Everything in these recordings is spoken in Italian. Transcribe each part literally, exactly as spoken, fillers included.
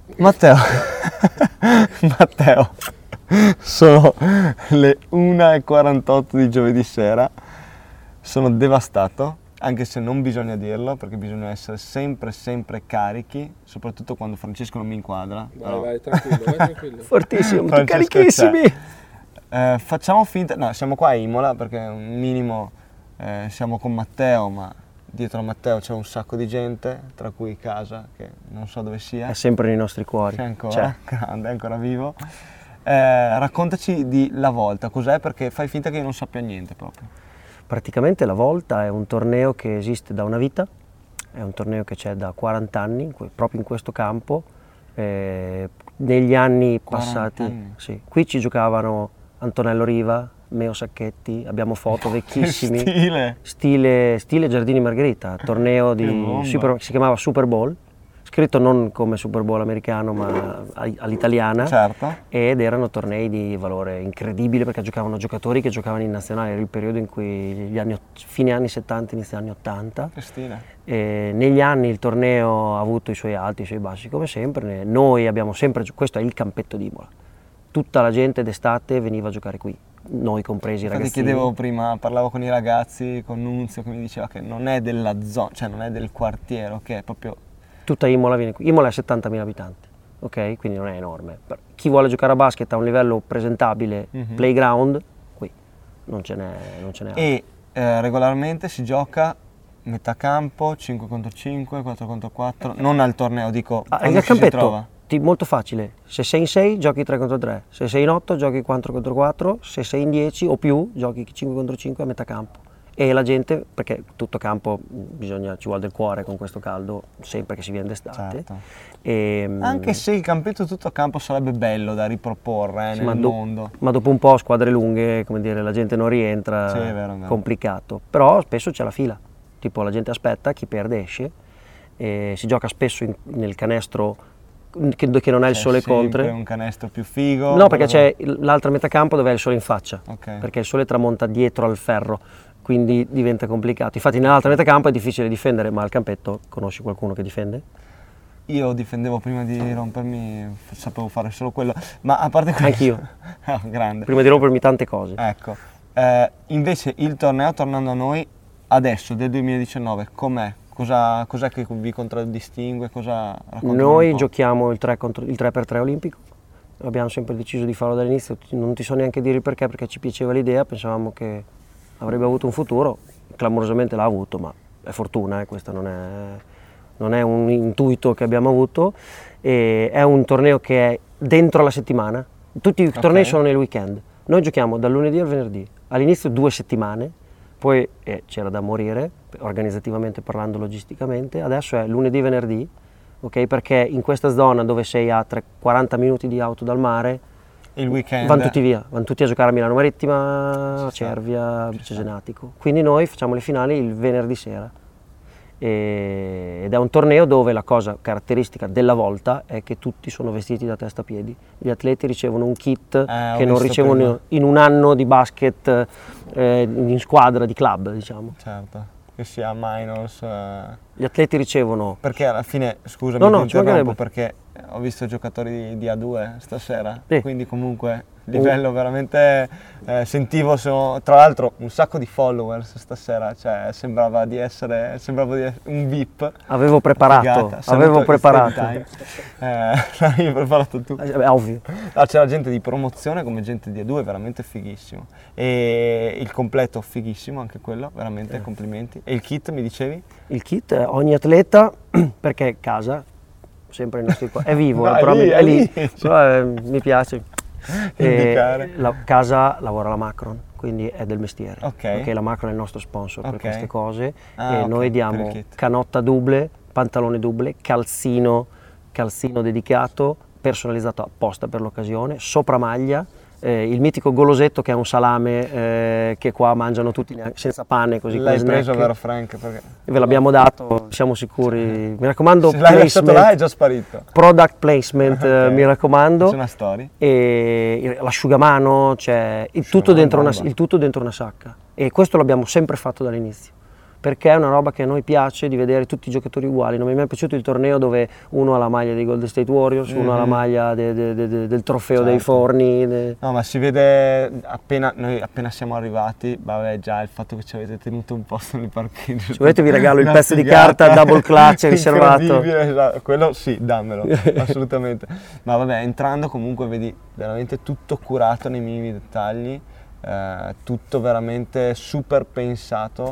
Matteo, Matteo, sono le una e quarantotto di giovedì sera, sono devastato, anche se non bisogna dirlo, perché bisogna essere sempre, sempre carichi, soprattutto quando Francesco non mi inquadra. Vai, però... vai, tranquillo, vai tranquillo. Fortissimo, Francesco carichissimi! Eh, facciamo finta, no, siamo qua a Imola, perché un minimo eh, siamo con Matteo, ma... dietro a Matteo c'è un sacco di gente, tra cui casa, che non so dove sia. È sempre nei nostri cuori. C'è ancora, c'è. Grande, è ancora vivo. Eh, raccontaci di La Volta, cos'è? Perché fai finta che io non sappia niente proprio. Praticamente La Volta è un torneo che esiste da una vita, è un torneo che c'è da quaranta anni, proprio in questo campo. Eh, negli anni passati, anni. Sì, qui ci giocavano Antonello Riva, Meo Sacchetti, abbiamo foto vecchissimi, stile. stile, stile Giardini Margherita, torneo di super, si chiamava Super Bowl, scritto non come Super Bowl americano ma all'italiana, certo. Ed erano tornei di valore incredibile perché giocavano giocatori che giocavano in nazionale, era il periodo in cui gli anni, fine anni settanta, inizio anni ottanta. Che stile. E negli anni il torneo ha avuto i suoi alti, i suoi bassi come sempre, noi abbiamo sempre, questo è il campetto di Imola, tutta la gente d'estate veniva a giocare qui. Noi compresi i ragazzi. Ti chiedevo prima, parlavo con i ragazzi, con Nunzio che mi diceva che non è della zona, cioè non è del quartiere, che è proprio... Tutta Imola viene qui, Imola ha settantamila abitanti, ok? Quindi non è enorme. Per chi vuole giocare a basket a un livello presentabile, mm-hmm. playground, qui non ce n'è, non ce n'è altro. E eh, regolarmente si gioca metà campo, cinque contro cinque, quattro contro quattro, non al torneo, dico, ah, quando il ci campetto. si trova. Molto facile, se sei in sei giochi tre contro tre, se sei in otto giochi quattro contro quattro, se sei in dieci o più giochi cinque contro cinque a metà campo. E la gente, perché tutto campo bisogna, ci vuole del cuore con questo caldo sempre che si viene d'estate. Certo. E, anche se il campetto tutto campo sarebbe bello da riproporre eh, sì, nel ma do, mondo. Ma dopo un po' squadre lunghe, come dire, la gente non rientra, sì, è vero, è vero. Complicato. Però spesso c'è la fila, tipo la gente aspetta, chi perde esce, e si gioca spesso in, nel canestro Che, che non è il c'è sole contro. È un canestro più figo. No, perché c'è l'altra metà campo dove è il sole in faccia, okay. Perché il sole tramonta dietro al ferro, quindi diventa complicato. Infatti nell'altra metà campo è difficile difendere, ma al campetto conosci qualcuno che difende? Io difendevo prima di rompermi, sapevo fare solo quello, ma a parte questo... Anch'io. Oh, grande. Prima di rompermi tante cose. Ecco, eh, invece il torneo, tornando a noi, adesso del duemiladiciannove, com'è? Cosa, cos'è che vi contraddistingue? Cosa Noi giochiamo il tre per tre olimpico, abbiamo sempre deciso di farlo dall'inizio, non ti so neanche dire il perché, perché ci piaceva l'idea, pensavamo che avrebbe avuto un futuro, clamorosamente l'ha avuto, ma è fortuna, eh, questo non è, non è un intuito che abbiamo avuto, e è un torneo che è dentro la settimana, tutti i tornei okay. sono nel weekend, noi giochiamo dal lunedì al venerdì, all'inizio due settimane, poi eh, c'era da morire, organizzativamente parlando, logisticamente, adesso è lunedì, venerdì, ok? Perché in questa zona dove sei a quaranta minuti di auto dal mare, il weekend vanno tutti via, vanno tutti a giocare a Milano Marittima, a Cervia, Cesenatico. Quindi noi facciamo le finali il venerdì sera. E, ed è un torneo dove la cosa caratteristica della Volta è che tutti sono vestiti da testa a piedi, gli atleti ricevono un kit eh, che non ricevono prima. in un anno di basket eh, in squadra, di club, diciamo. Certo, che sia minors. Eh. Gli atleti ricevono... Perché alla fine, scusami, no, no, ti interrompo, perché ho visto giocatori di, di A due stasera, sì. Quindi comunque livello uh. veramente, eh, sentivo, so, tra l'altro un sacco di followers stasera, cioè sembrava di essere, sembrava di essere un V I P. Avevo preparato, avevo preparato. Eh, l'avevi preparato tu. Eh, ovvio. Ah, c'era gente di promozione come gente di A due, veramente fighissimo. E il completo fighissimo, anche quello, veramente, eh. complimenti. E il kit, mi dicevi? Il kit, ogni atleta, perché casa, sempre il nostro è vivo, no, eh, però è lì, è lì, è lì. Però, eh, mi piace. E la casa lavora la Macron, quindi è del mestiere. Okay. Okay, la Macron è il nostro sponsor okay. per queste cose ah, e okay. noi diamo canotta double, pantalone double, calzino, calzino dedicato, personalizzato apposta per l'occasione, sopramaglia, eh, il mitico golosetto che è un salame eh, che qua mangiano tutti senza pane, così. L'hai preso, vero Frank? Perché... Ve l'abbiamo dato, siamo sicuri. Mi raccomando, se l'hai lasciato là è già sparito. Product placement, okay. Mi raccomando. C'è una storia. E l'asciugamano, c'è il tutto, dentro una, il tutto dentro una sacca. E questo l'abbiamo sempre fatto dall'inizio. perché è una roba che a noi piace di vedere tutti i giocatori uguali. Non mi è mai piaciuto il torneo dove uno ha la maglia dei Golden State Warriors, mm-hmm. uno ha la maglia de, de, de, de, del trofeo certo. dei forni. De... No, ma si vede appena, noi appena siamo arrivati, vabbè già il fatto che ci avete tenuto un posto nel parcheggio. Se volete vi regalo il pezzo figata. Di carta double clutch riservato. Esatto. Quello sì, dammelo, assolutamente. Ma vabbè, entrando comunque vedi veramente tutto curato nei minimi dettagli, eh, tutto veramente super pensato.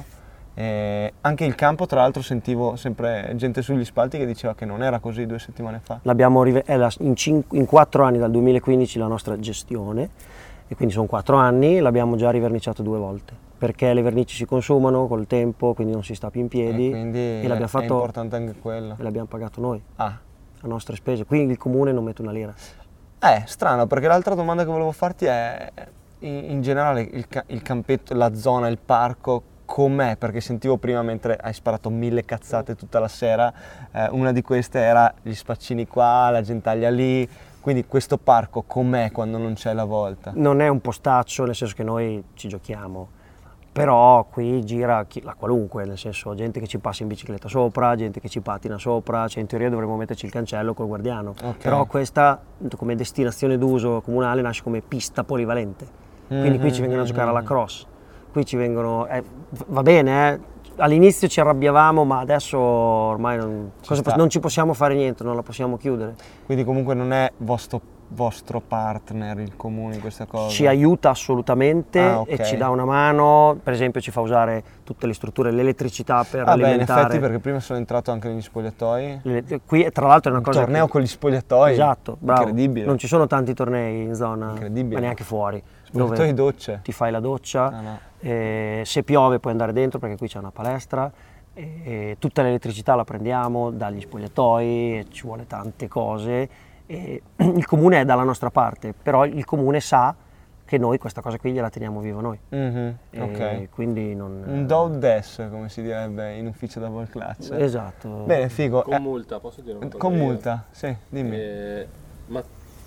Eh, anche il campo, tra l'altro, sentivo sempre gente sugli spalti che diceva che non era così due settimane fa. L'abbiamo rive- è la, in, cinque, in quattro anni, dal duemilaquindici, la nostra gestione, e quindi sono quattro anni, l'abbiamo già riverniciato due volte, perché le vernici si consumano col tempo, quindi non si sta più in piedi, e, quindi e l'abbiamo fatto, è importante anche quello. E l'abbiamo pagato noi, ah. a nostre spese, quindi il comune non mette una lira. Eh, strano, perché l'altra domanda che volevo farti è, in, in generale, il, ca- il campetto, la zona, il parco, com'è? Perché sentivo prima, mentre hai sparato mille cazzate tutta la sera, eh, una di queste era gli spaccini qua, la gentaglia lì, quindi questo parco com'è quando non c'è la volta? Non è un postaccio, nel senso che noi ci giochiamo, però qui gira chi, la qualunque, nel senso gente che ci passa in bicicletta sopra, gente che ci patina sopra, cioè in teoria dovremmo metterci il cancello col guardiano, okay. Però questa come destinazione d'uso comunale nasce come pista polivalente, quindi mm-hmm, qui ci vengono mm-hmm. a giocare alla cross. Qui ci vengono, eh, va bene, eh. All'inizio ci arrabbiavamo, ma adesso ormai non, cosa, non ci possiamo fare niente, non la possiamo chiudere. Quindi comunque non è vostro, vostro partner il comune in questa cosa? Ci aiuta assolutamente, ah, okay. E ci dà una mano, per esempio ci fa usare tutte le strutture, l'elettricità per ah, alimentare. Beh, in effetti, perché prima sono entrato anche negli spogliatoi. Le, qui tra l'altro è una un cosa... Un torneo che, con gli spogliatoi? Esatto, bravo. Incredibile. Non ci sono tanti tornei in zona, incredibile. Ma neanche fuori. Spogliatoi e docce. Ti fai la doccia, ah, no. E se piove puoi andare dentro perché qui c'è una palestra, e, e tutta l'elettricità la prendiamo dagli spogliatoi, e ci vuole tante cose, e il comune è dalla nostra parte, però il comune sa che noi questa cosa qui gliela teniamo viva noi. Mm-hmm, ok. Quindi non... Un do des, come si direbbe in ufficio double clutch. Esatto. Bene, figo. Con eh, multa, posso dire una cosa? Con multa, sì, dimmi. Eh, ma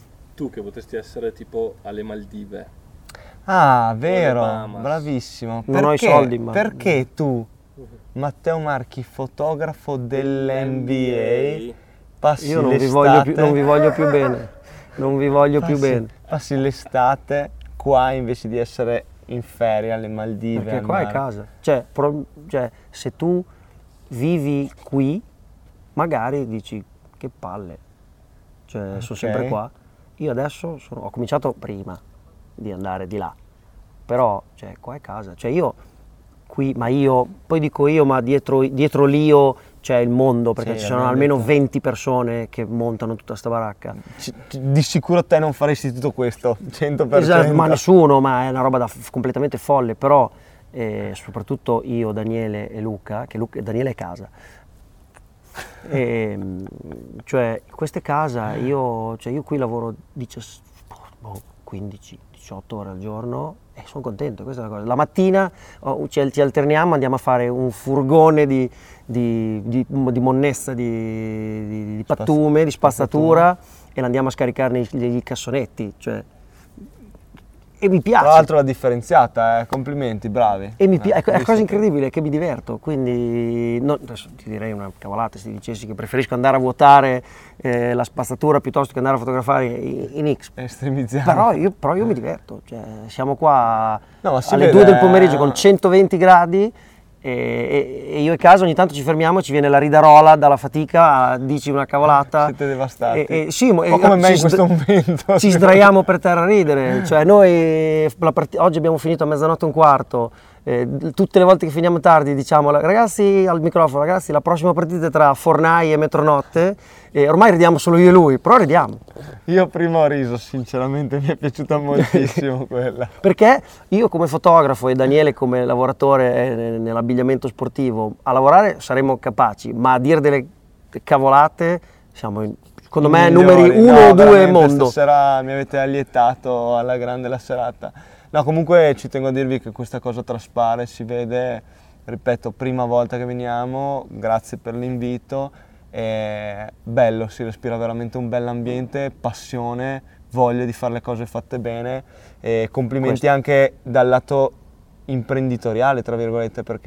tu che potresti essere tipo alle Maldive. Ah, vero, bravissimo. Non perché, ho i soldi, ma... Perché tu, Matteo Marchi, fotografo dell'N B A, passi Io non l'estate... vi voglio più, non vi voglio più bene, non vi voglio passi, più bene. Passi l'estate qua invece di essere in ferie alle Maldive. Perché qua mare. È casa. Cioè, pro, cioè, se tu vivi qui, magari dici, che palle, cioè, okay. Sono sempre qua. Io adesso sono, ho cominciato prima di andare di là, però cioè, qua è casa, cioè io qui, ma io, poi dico io, ma dietro, dietro l'io c'è il mondo, perché sì, ci sono almeno detto. venti persone che montano tutta sta baracca. C- di sicuro te non faresti tutto questo, cento per cento. Esatto, ma nessuno, ma è una roba da f- completamente folle, però eh, soprattutto io, Daniele e Luca, che Luca, Daniele è casa, e, cioè questa è casa, io, cioè, io qui lavoro diciassette, quindici diciotto ore al giorno e sono contento, questa è la cosa. La mattina oh, ci, ci alterniamo, andiamo a fare un furgone di, di, di, di monnezza, di, di, di pattume, di spazzatura, e l'andiamo a scaricare nei, nei cassonetti, cioè, e mi piace. Tra l'altro la differenziata, eh. Complimenti, bravi. E mi pi- eh, è una cosa incredibile, che mi diverto, quindi no, adesso ti direi una cavolata se ti dicessi che preferisco andare a vuotare eh, la spazzatura piuttosto che andare a fotografare in, in X. Estremizziamo. Però io, però io mi diverto, cioè, siamo qua no, alle vede, due del pomeriggio con centoventi gradi e, e, e io e casa ogni tanto ci fermiamo, ci viene la ridarola dalla fatica, dici una cavolata. Siete devastati. E, e, sì, un po' come me in questo sdra- momento. Ci sdraiamo per terra a ridere, cioè noi la part- oggi abbiamo finito a mezzanotte e un quarto, eh, tutte le volte che finiamo tardi diciamo ragazzi al microfono, ragazzi la prossima partita è tra Fornai e Metronotte, e ormai ridiamo solo io e lui, però ridiamo. Io prima ho riso, sinceramente mi è piaciuta moltissimo quella. Perché io come fotografo e Daniele come lavoratore nell'abbigliamento sportivo, a lavorare saremmo capaci, ma a dire delle cavolate siamo, in, secondo me, numeri uno o due al mondo. Stasera mi avete allietato alla grande la serata. No, comunque ci tengo a dirvi che questa cosa traspare, si vede, ripeto, prima volta che veniamo, grazie per l'invito. È bello, si respira veramente un bell'ambiente, passione, voglia di fare le cose fatte bene, e complimenti Questo. Anche dal lato imprenditoriale, tra virgolette, perché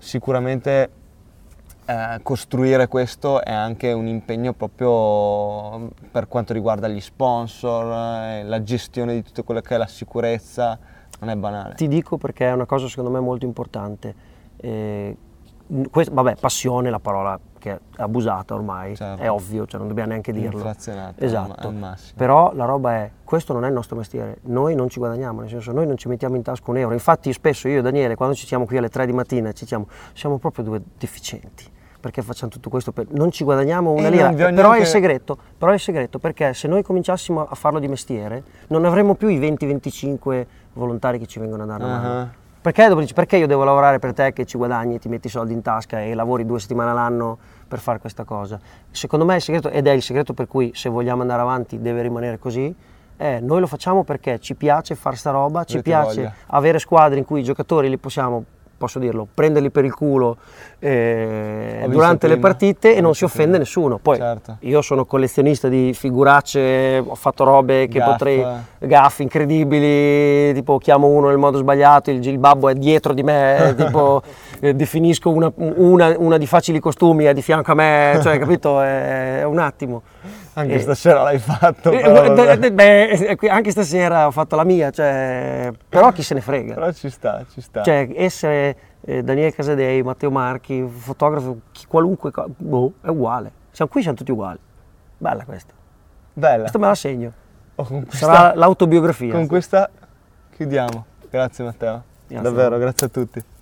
sicuramente eh, costruire questo è anche un impegno proprio per quanto riguarda gli sponsor, eh, la gestione di tutto quello che è la sicurezza, non è banale. Ti dico perché è una cosa secondo me molto importante. Eh, quest- vabbè, passione è la parola che è abusata ormai, Certo. è ovvio, cioè non dobbiamo neanche dirlo. Inflazionato, Esatto. al massimo. Però la roba è, questo non è il nostro mestiere, noi non ci guadagniamo, nel senso noi non ci mettiamo in tasca un euro. Infatti spesso io e Daniele, quando ci siamo qui alle tre di mattina, ci siamo, siamo proprio due deficienti, perché facciamo tutto questo, per, non ci guadagniamo una E lira, non vi ho però è il neanche- segreto, però è il segreto, perché se noi cominciassimo a farlo di mestiere, non avremmo più i venti venticinque volontari che ci vengono a dare una mano. Ah, Perché dopo dici, perché io devo lavorare per te che ci guadagni, ti metti i soldi in tasca e lavori due settimane all'anno per fare questa cosa? Secondo me è il segreto, ed è il segreto per cui se vogliamo andare avanti deve rimanere così, è noi lo facciamo perché ci piace fare sta roba, ci Avete piace voglia. avere squadre in cui i giocatori li possiamo, posso dirlo, prenderli per il culo eh, Ho visto durante le prima, partite ho e non visto si offende prima. nessuno. Poi Certo. io sono collezionista di figuracce, ho fatto robe che Gaff. potrei, gaffe incredibili, tipo chiamo uno nel modo sbagliato, il, il babbo è dietro di me, tipo eh, definisco una, una, una di facili costumi, è di fianco a me, cioè capito, è, è un attimo. Anche Eh, stasera l'hai fatto, eh, però, eh, vabbè. beh, anche stasera ho fatto la mia, cioè, però chi se ne frega. Però ci sta, ci sta. Cioè, essere eh, Daniele Casadei, Matteo Marchi, fotografo, chi, qualunque cosa, boh, è uguale. Siamo qui, siamo tutti uguali. Bella questa. Bella. Questa me la segno. Oh, con questa, Sarà l'autobiografia. con questa chiudiamo. Grazie Matteo. Grazie. Davvero, grazie a tutti.